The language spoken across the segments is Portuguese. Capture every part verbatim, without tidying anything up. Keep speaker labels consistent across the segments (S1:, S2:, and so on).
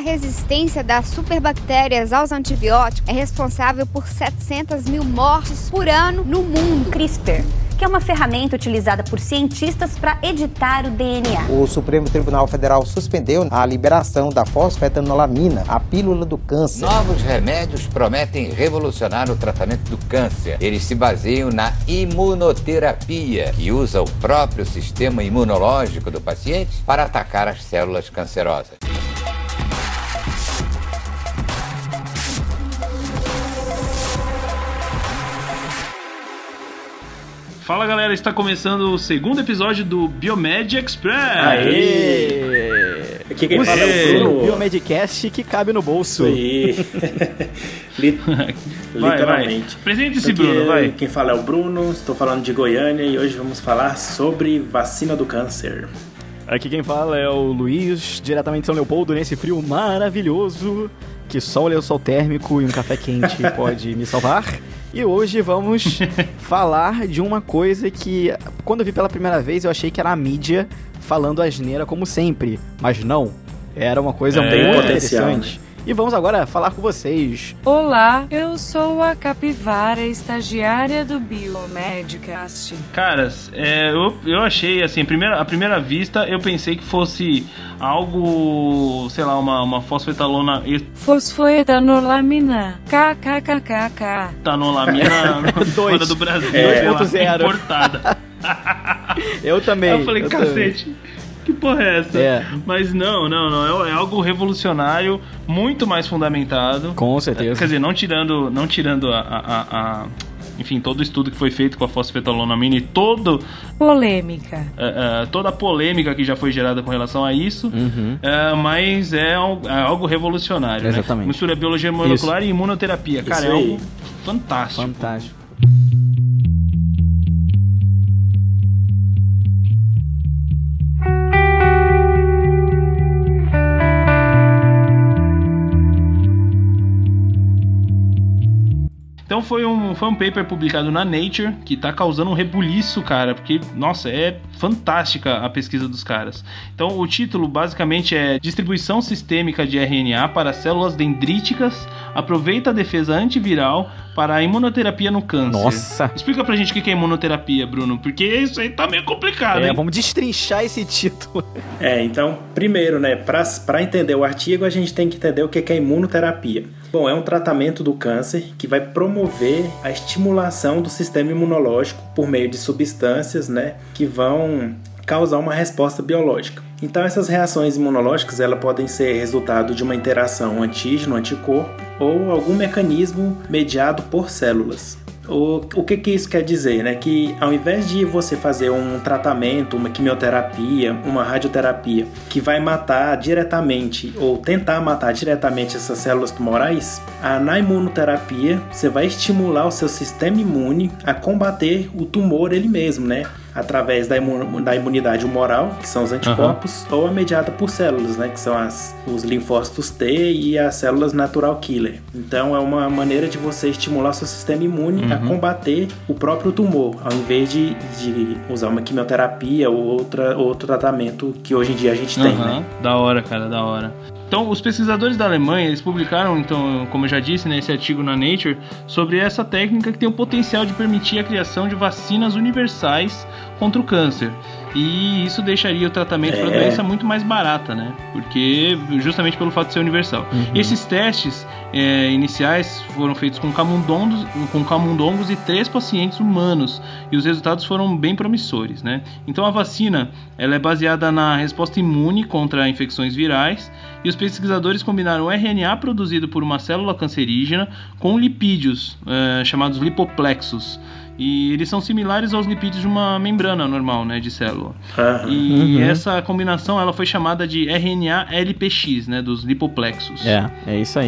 S1: A resistência das superbactérias aos antibióticos é responsável por setecentas mil mortes por ano no mundo.
S2: CRISPR, que é uma ferramenta utilizada por cientistas para editar o D N A.
S3: O Supremo Tribunal Federal suspendeu a liberação da fosfetanolamina, a pílula do câncer.
S4: Novos remédios prometem revolucionar o tratamento do câncer. Eles se baseiam na imunoterapia, que usa o próprio sistema imunológico do paciente para atacar as células cancerosas.
S5: Fala galera, está começando o segundo episódio do Biomed Express.
S6: Aê! Aqui quem
S7: o
S6: fala é o Bruno.
S7: Biomedcast que cabe no bolso.
S6: Aí. Literalmente.
S5: Apresente-se, Bruno, vai.
S6: Quem fala é o Bruno, estou falando de Goiânia e hoje vamos falar sobre vacina do câncer.
S7: Aqui quem fala é o Luiz, diretamente de São Leopoldo, nesse frio maravilhoso que só o lençol térmico e um café quente pode me salvar. E hoje vamos falar de uma coisa que, quando eu vi pela primeira vez, eu achei que era a mídia falando asneira como sempre. Mas não, era uma coisa
S5: é,
S7: muito
S6: potencial,
S7: interessante.
S6: Né?
S7: E vamos agora falar com vocês.
S8: Olá, eu sou a Capivara, estagiária do Biomedcast.
S5: Caras, é, eu, eu achei, assim, a primeira, a primeira vista, eu pensei que fosse algo, sei lá, uma, uma fosfetalona...
S8: Fosfoetanolamina, kkkk.
S5: Etanolamina fora do Brasil,
S6: é,
S5: sei lá, importada.
S7: Eu também.
S5: Aí eu falei,
S7: eu
S5: cacete... Também. Que porra é essa?
S7: É.
S5: Mas não, não, não. É, é algo revolucionário, muito mais fundamentado.
S7: Com certeza.
S5: Quer dizer, não tirando, não tirando a, a, a, a enfim, todo o estudo que foi feito com a fosfetanolamina e todo...
S8: Polêmica.
S5: Uh, uh, toda a polêmica que já foi gerada com relação a isso.
S7: Uhum.
S5: Uh, mas é algo, é algo revolucionário.
S7: Exatamente.
S5: Né? Mistura biologia molecular
S7: isso.
S5: e imunoterapia. Cara,
S6: isso
S5: é
S6: aí.
S5: algo fantástico.
S7: Fantástico.
S5: Então foi um, foi um paper publicado na Nature que tá causando um rebuliço, cara, porque, nossa, é fantástica a pesquisa dos caras. Então o título basicamente é Distribuição Sistêmica de R N A para Células Dendríticas aproveita a defesa antiviral para a imunoterapia no câncer.
S7: Nossa!
S5: Explica pra gente o que é imunoterapia, Bruno, porque isso aí tá meio complicado,
S7: É,
S5: hein?
S7: vamos destrinchar esse título.
S6: É, então, primeiro, né, pra, pra entender o artigo, a gente tem que entender o que é imunoterapia. Bom, é um tratamento do câncer que vai promover a estimulação do sistema imunológico por meio de substâncias, né, que vão causar uma resposta biológica. Então, essas reações imunológicas elas podem ser resultado de uma interação antígeno-anticorpo ou algum mecanismo mediado por células. O, o que, que isso quer dizer? Né? Que ao invés de você fazer um tratamento, uma quimioterapia, uma radioterapia que vai matar diretamente ou tentar matar diretamente essas células tumorais, a, na imunoterapia você vai estimular o seu sistema imune a combater o tumor ele mesmo, né? Através da, imun, da imunidade humoral, que são os anticorpos, uhum. ou a mediada por células, né, que são as, os linfócitos T e as células natural killer. Então é uma maneira de você estimular o seu sistema imune uhum. a combater o próprio tumor, ao invés de, de usar uma quimioterapia ou outra, outro tratamento que hoje em dia a gente
S5: uhum.
S6: tem, né?
S5: Da hora, cara, da hora. Então, os pesquisadores da Alemanha, eles publicaram, então, como eu já disse, né, esse artigo na Nature, sobre essa técnica que tem o potencial de permitir a criação de vacinas universais contra o câncer. E isso deixaria o tratamento é. para a doença muito mais barata, né? Porque, justamente pelo fato de ser universal. Uhum. E esses testes é, iniciais foram feitos com camundongos, com camundongos e três pacientes humanos. E os resultados foram bem promissores, né? Então, a vacina ela é baseada na resposta imune contra infecções virais. E os pesquisadores combinaram o R N A produzido por uma célula cancerígena com lipídios, é, chamados lipoplexos. E eles são similares aos lipídios de uma membrana normal, né, de célula.
S6: Uhum.
S5: E
S7: Uhum.
S5: essa combinação ela foi chamada de R N A L P X, né, dos lipoplexos.
S7: É, é isso aí.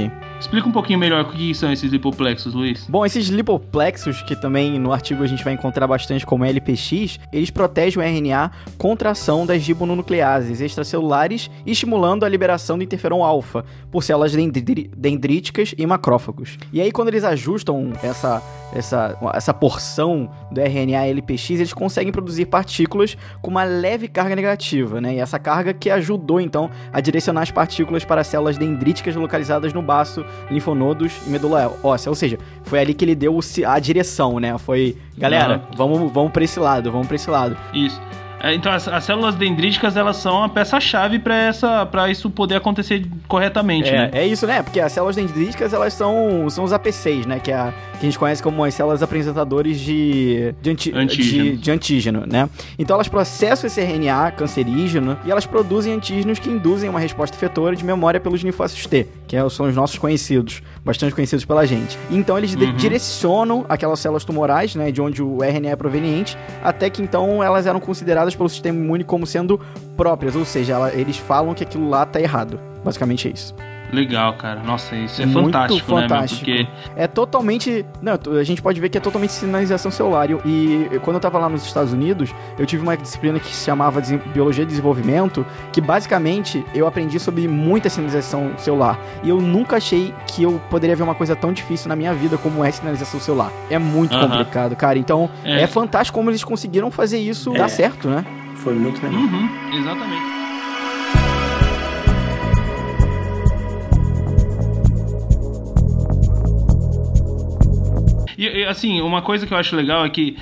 S5: Explica um pouquinho melhor o que são esses lipoplexos, Luiz.
S7: Bom, esses lipoplexos, que também no artigo a gente vai encontrar bastante como L P X, eles protegem o R N A contra a ação das ribonucleases extracelulares, estimulando a liberação do interferon alfa por células dendrí- dendríticas e macrófagos. E aí, quando eles ajustam essa, essa, essa porção do R N A L P X, eles conseguem produzir partículas com uma leve carga negativa, né? E essa carga que ajudou, então, a direcionar as partículas para células dendríticas localizadas no baço, linfonodos e medula óssea. Ou seja, foi ali que ele deu a direção, né? Foi, galera, uhum. vamos, vamos pra esse lado, vamos pra esse lado.
S5: Isso. Então, as, as células dendríticas, elas são a peça-chave para essa, para isso poder acontecer corretamente,
S7: é,
S5: né?
S7: É isso, né? Porque as células dendríticas, elas são, são os A P Cs, né? Que, é a, que a gente conhece como as células apresentadores de, de, anti,
S5: antígeno.
S7: De, de antígeno, né? Então, elas processam esse R N A cancerígeno e elas produzem antígenos que induzem uma resposta efetora de memória pelos linfócitos T, que são os nossos conhecidos, bastante conhecidos pela gente. Então, eles uhum. direcionam aquelas células tumorais, né? De onde o R N A é proveniente, até que, então, elas eram consideradas pelo sistema imune como sendo próprias, ou seja, ela, eles falam que aquilo lá tá errado. Basicamente é isso.
S5: Legal, cara. Nossa, isso é
S7: muito
S5: fantástico,
S7: fantástico,
S5: né? Meu?
S7: Porque é totalmente... Não, a gente pode ver que é totalmente sinalização celular. E, e quando eu tava lá nos Estados Unidos, eu tive uma disciplina que se chamava de Biologia de Desenvolvimento, que basicamente eu aprendi sobre muita sinalização celular. E eu nunca achei que eu poderia ver uma coisa tão difícil na minha vida como é sinalização celular. É muito uh-huh. complicado, cara. Então, é. é fantástico como eles conseguiram fazer isso é. dar certo, né?
S6: Foi muito legal.
S5: Uhum, exatamente. E, assim, uma coisa que eu acho legal é que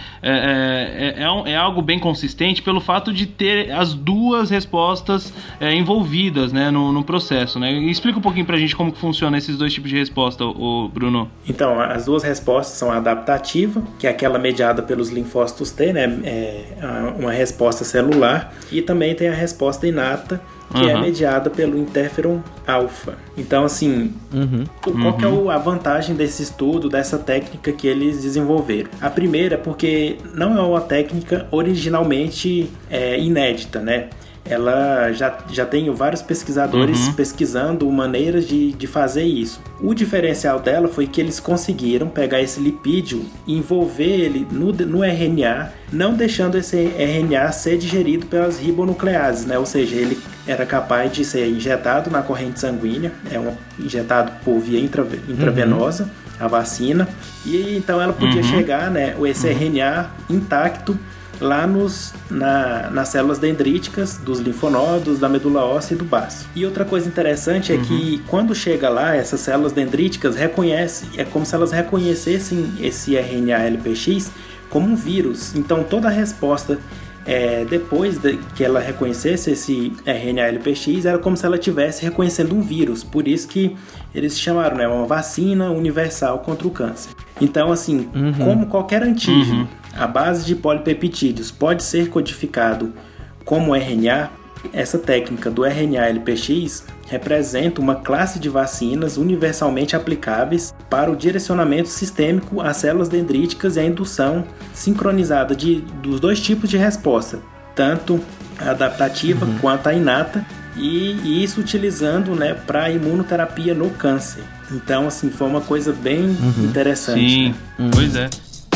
S5: é, é, é, um, é algo bem consistente pelo fato de ter as duas respostas é, envolvidas, né, no, no processo, né? Explica um pouquinho pra gente como que funciona esses dois tipos de resposta, o Bruno.
S6: Então, as duas respostas são a adaptativa, que é aquela mediada pelos linfócitos T, né, é uma resposta celular, e também tem a resposta inata, que uhum. é mediada pelo interferon alfa. Então, assim,
S7: uhum.
S6: qual uhum. que é a vantagem desse estudo, dessa técnica que eles desenvolveram? A primeira é porque não é uma técnica originalmente é, inédita, né? Ela já, já tem vários pesquisadores uhum. pesquisando maneiras de, de fazer isso. O diferencial dela foi que eles conseguiram pegar esse lipídio e envolver ele no, no R N A, não deixando esse R N A ser digerido pelas ribonucleases, né? Ou seja, ele era capaz de ser injetado na corrente sanguínea, é um, injetado por via intrave, intravenosa, uhum. a vacina, e então ela podia uhum. chegar, né, esse uhum. R N A intacto lá nos, na, nas células dendríticas dos linfonodos, da medula óssea e do baço. E outra coisa interessante é uhum. que quando chega lá, essas células dendríticas reconhecem, é como se elas reconhecessem esse R N A L P X como um vírus. Então toda a resposta é, depois de que ela reconhecesse esse R N A L P X, era como se ela estivesse reconhecendo um vírus. Por isso que eles chamaram, né, uma vacina universal contra o câncer. Então, assim, uhum. como qualquer antígeno, uhum. a base de polipeptídeos pode ser codificado como R N A, essa técnica do R N A L P X representa uma classe de vacinas universalmente aplicáveis para o direcionamento sistêmico às células dendríticas e a indução sincronizada de, dos dois tipos de resposta, tanto a adaptativa uhum. quanto a inata, e, e isso utilizando, né, para imunoterapia no câncer. Então, assim, foi uma coisa bem uhum. interessante.
S5: Sim,
S6: né?
S5: uhum. pois é.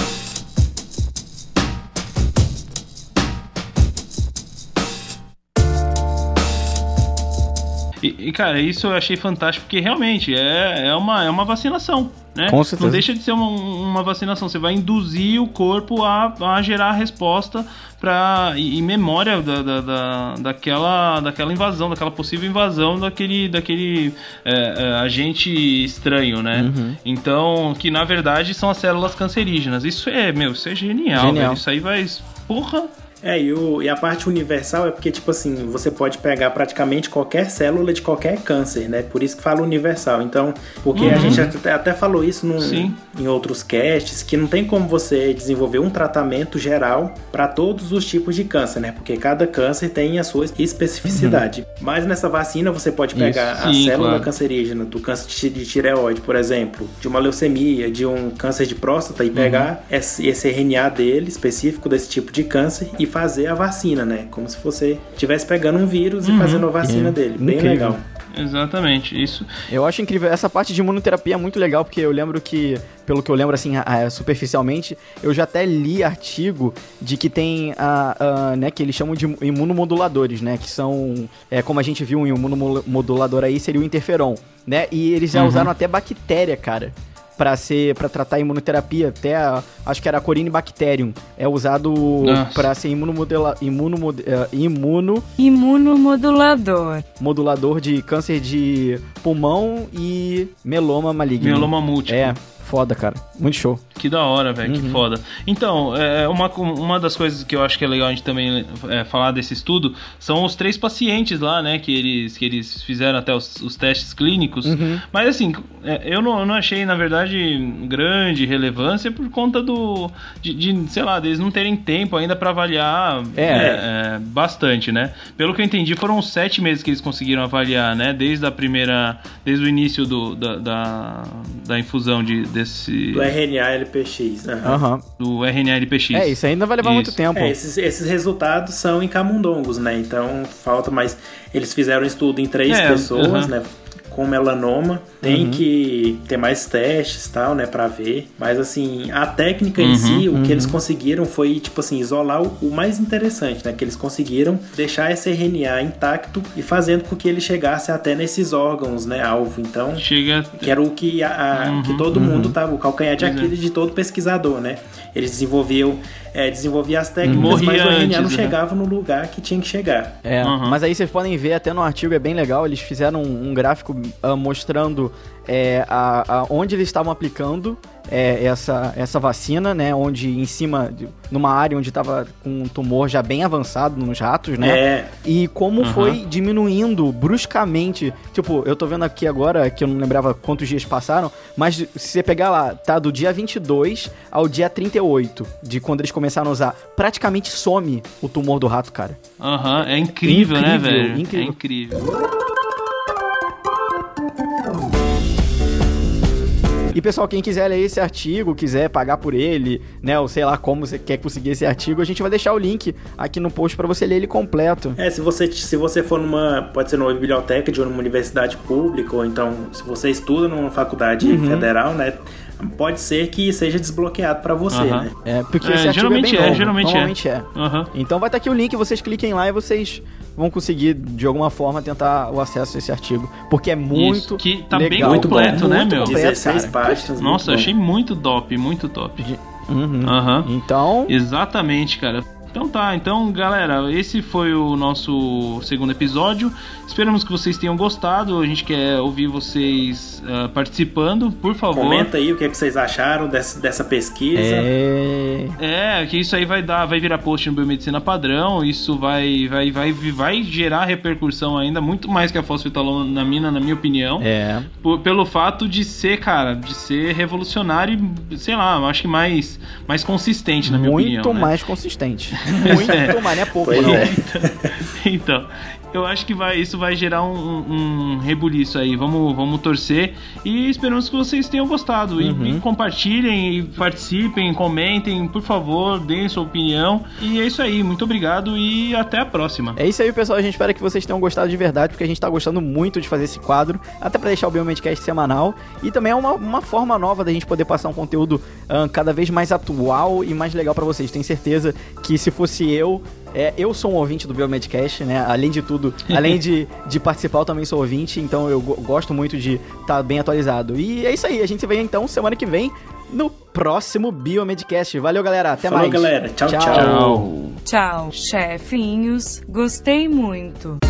S5: E, e, cara, isso eu achei fantástico, porque realmente é, é, uma, é uma vacinação, né?
S7: Com certeza.
S5: Não deixa de ser uma, uma vacinação. Você vai induzir o corpo a, a gerar a resposta pra, em memória da, da, da, daquela, daquela invasão, daquela possível invasão daquele, daquele é, é, agente estranho, né?
S7: Uhum.
S5: Então, que na verdade são as células cancerígenas. Isso é, meu, isso é genial,
S7: genial.
S5: Velho. Isso aí vai... Porra...
S6: É, e, o, e a parte universal é porque, tipo assim, você pode pegar praticamente qualquer célula de qualquer câncer, né? Por isso que fala universal. Então, porque uhum. a gente até, até falou isso num, em outros casts, que não tem como você desenvolver um tratamento geral para todos os tipos de câncer, né? Porque cada câncer tem a sua especificidade. Uhum. Mas nessa vacina você pode pegar isso. a Sim, célula claro. cancerígena do câncer de tireoide, por exemplo, de uma leucemia, de um câncer de próstata, e pegar uhum. esse, esse R N A dele, específico desse tipo de câncer, e fazer a vacina, né? Como se você estivesse pegando um vírus uhum. e fazendo a vacina é. dele. Bem
S7: Incrível.
S6: legal.
S5: Exatamente, isso.
S7: Eu acho incrível. Essa parte de imunoterapia é muito legal, porque eu lembro que, pelo que eu lembro, assim, a, a, superficialmente, eu já até li artigo de que tem, a, a, né, que eles chamam de imunomoduladores, né, que são, é, como a gente viu, um imunomodulador aí seria o interferon, né, e eles já uhum. usaram até bactéria, cara, pra ser, pra tratar a imunoterapia, até a, acho que era a Corynebacterium, é usado Nossa. pra ser imunomodula, imunomod, uh, imuno...
S8: imunomodulador.
S7: Modulador de câncer de pulmão e meloma maligno.
S5: Meloma múltiplo.
S7: É, foda, cara. Muito show.
S5: Que da hora, velho, uhum. que foda. Então, é, uma, uma das coisas que eu acho que é legal a gente também é, falar desse estudo são os três pacientes lá, né, que eles, que eles fizeram até os, os testes clínicos. Uhum. Mas, assim, é, eu, não, eu não achei, na verdade, grande relevância por conta do... De, de sei lá, deles não terem tempo ainda pra avaliar é. É, é, bastante, né? Pelo que eu entendi, foram sete meses que eles conseguiram avaliar, né? Desde a primeira... Desde o início do, da, da, da infusão de, desse...
S6: Do R N A L P X, né?
S7: Uhum.
S5: Do R N A L P X.
S7: É, isso ainda vai levar isso. muito tempo.
S6: É, esses, esses resultados são em camundongos, né? Então, falta mais... Eles fizeram um estudo em três é, pessoas, uhum. né? Com melanoma, tem uhum. que ter mais testes e tal, né, pra ver, mas assim, a técnica uhum, em si, o uhum. que eles conseguiram foi, tipo assim, isolar o, o mais interessante, né, que eles conseguiram deixar esse R N A intacto e fazendo com que ele chegasse até nesses órgãos, né, alvo, então,
S5: Chega...
S6: que era o que, a, a, uhum, que todo uhum. mundo tava, o calcanhar de Aquiles de todo pesquisador, né, eles desenvolviam, é, desenvolviam as técnicas, Morria mas o R N A antes, não né? chegava no lugar que tinha que chegar.
S7: É, uhum. mas aí vocês podem ver, até no artigo é bem legal, eles fizeram um, um gráfico uh, mostrando é, a, a, onde eles estavam aplicando é, essa, essa vacina, né, onde em cima, de, numa área onde estava com um tumor já bem avançado nos ratos, né,
S6: é.
S7: e como uhum. foi diminuindo bruscamente, tipo, eu tô vendo aqui agora, que eu não lembrava quantos dias passaram, mas se você pegar lá, tá do dia vinte e dois ao dia trinta e oito, de quando eles começaram a usar, praticamente some o tumor do rato, cara.
S5: Aham, uhum. é incrível, incrível, né, velho?
S7: Incrível.
S5: É incrível.
S7: E pessoal, quem quiser ler esse artigo, quiser pagar por ele, né, ou sei lá como você quer conseguir esse artigo, a gente vai deixar o link aqui no post pra você ler ele completo.
S6: É, se você, se você for numa, pode ser numa biblioteca de uma universidade pública, ou então se você estuda numa faculdade uhum. federal, né, pode ser que seja desbloqueado pra você, uhum. né?
S7: É, porque
S5: é,
S7: esse artigo
S5: geralmente
S7: é bem novo.
S5: É, geralmente
S7: Normalmente é.
S5: é. Uhum.
S7: Então vai estar aqui o link, vocês cliquem lá e vocês vão conseguir, de alguma forma, tentar o acesso a esse artigo. Porque é muito Isso,
S5: que tá
S7: legal.
S5: bem completo,
S7: muito
S5: né,
S7: muito
S5: meu?
S7: Completo,
S6: dezesseis páginas.
S5: Nossa, eu achei muito top, muito top.
S7: Uhum.
S5: Uhum.
S7: Então...
S5: Exatamente, cara. Então tá, então galera, esse foi o nosso segundo episódio. Esperamos que vocês tenham gostado. A gente quer ouvir vocês uh, participando, por favor.
S6: Comenta aí o que, é que vocês acharam dessa, dessa pesquisa.
S7: É...
S5: é, que isso aí vai dar, vai virar post no Biomedicina Padrão. Isso vai, vai, vai, vai gerar repercussão ainda, muito mais que a fosfetanolamina, na minha opinião.
S7: É.
S5: Por, pelo fato de ser, cara, de ser revolucionário e, sei lá, eu acho que mais, mais consistente, na minha
S7: muito
S5: opinião.
S7: Muito mais
S5: né?
S7: consistente. Muito é. mais, não é pouco,
S6: pois
S7: não.
S6: É.
S5: Então, eu acho que vai, isso vai gerar um, um rebuliço aí. Vamos, vamos torcer e esperamos que vocês tenham gostado. E,
S7: uhum.
S5: e compartilhem, e participem, comentem, por favor, deem sua opinião. E é isso aí, muito obrigado e até a próxima.
S7: É isso aí, pessoal. A gente espera que vocês tenham gostado de verdade, porque a gente tá gostando muito de fazer esse quadro, até pra deixar o Biomedcast semanal. E também é uma, uma forma nova da gente poder passar um conteúdo um, cada vez mais atual e mais legal pra vocês. Tenho certeza que se fosse eu, é, eu sou um ouvinte do Biomedcast, né? Além de tudo, além de, de participar, eu também sou ouvinte, então eu go- gosto muito de estar tá bem atualizado. E é isso aí, a gente se vê então semana que vem no próximo Biomedcast. Valeu, galera, até
S6: Falou,
S7: mais.
S6: Falou, galera. Tchau, tchau.
S5: Tchau,
S8: tchau chefinhos. Gostei muito.